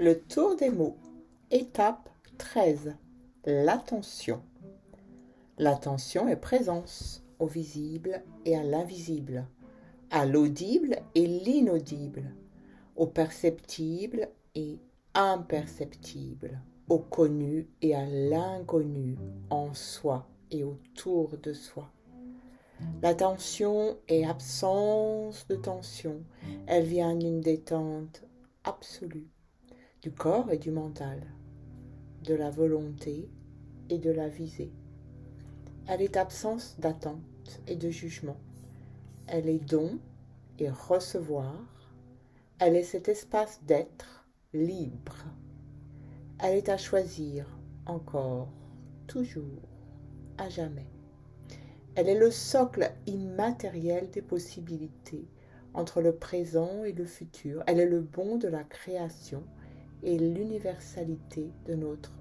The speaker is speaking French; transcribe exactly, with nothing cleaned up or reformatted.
Le tour des mots. Étape treize. L'attention. L'attention est présence au visible et à l'invisible, à l'audible et l'inaudible, au perceptible et imperceptible, au connu et à l'inconnu, en soi et autour de soi. L'attention est absence de tension. Elle vient d'une détente absolue du corps et du mental, de la volonté et de la visée. Elle est absence d'attente et de jugement. Elle est don et recevoir. Elle est cet espace d'être libre. Elle est à choisir encore, toujours, à jamais. Elle est le socle immatériel des possibilités entre le présent et le futur. Elle est le bon de la création et l'universalité de notre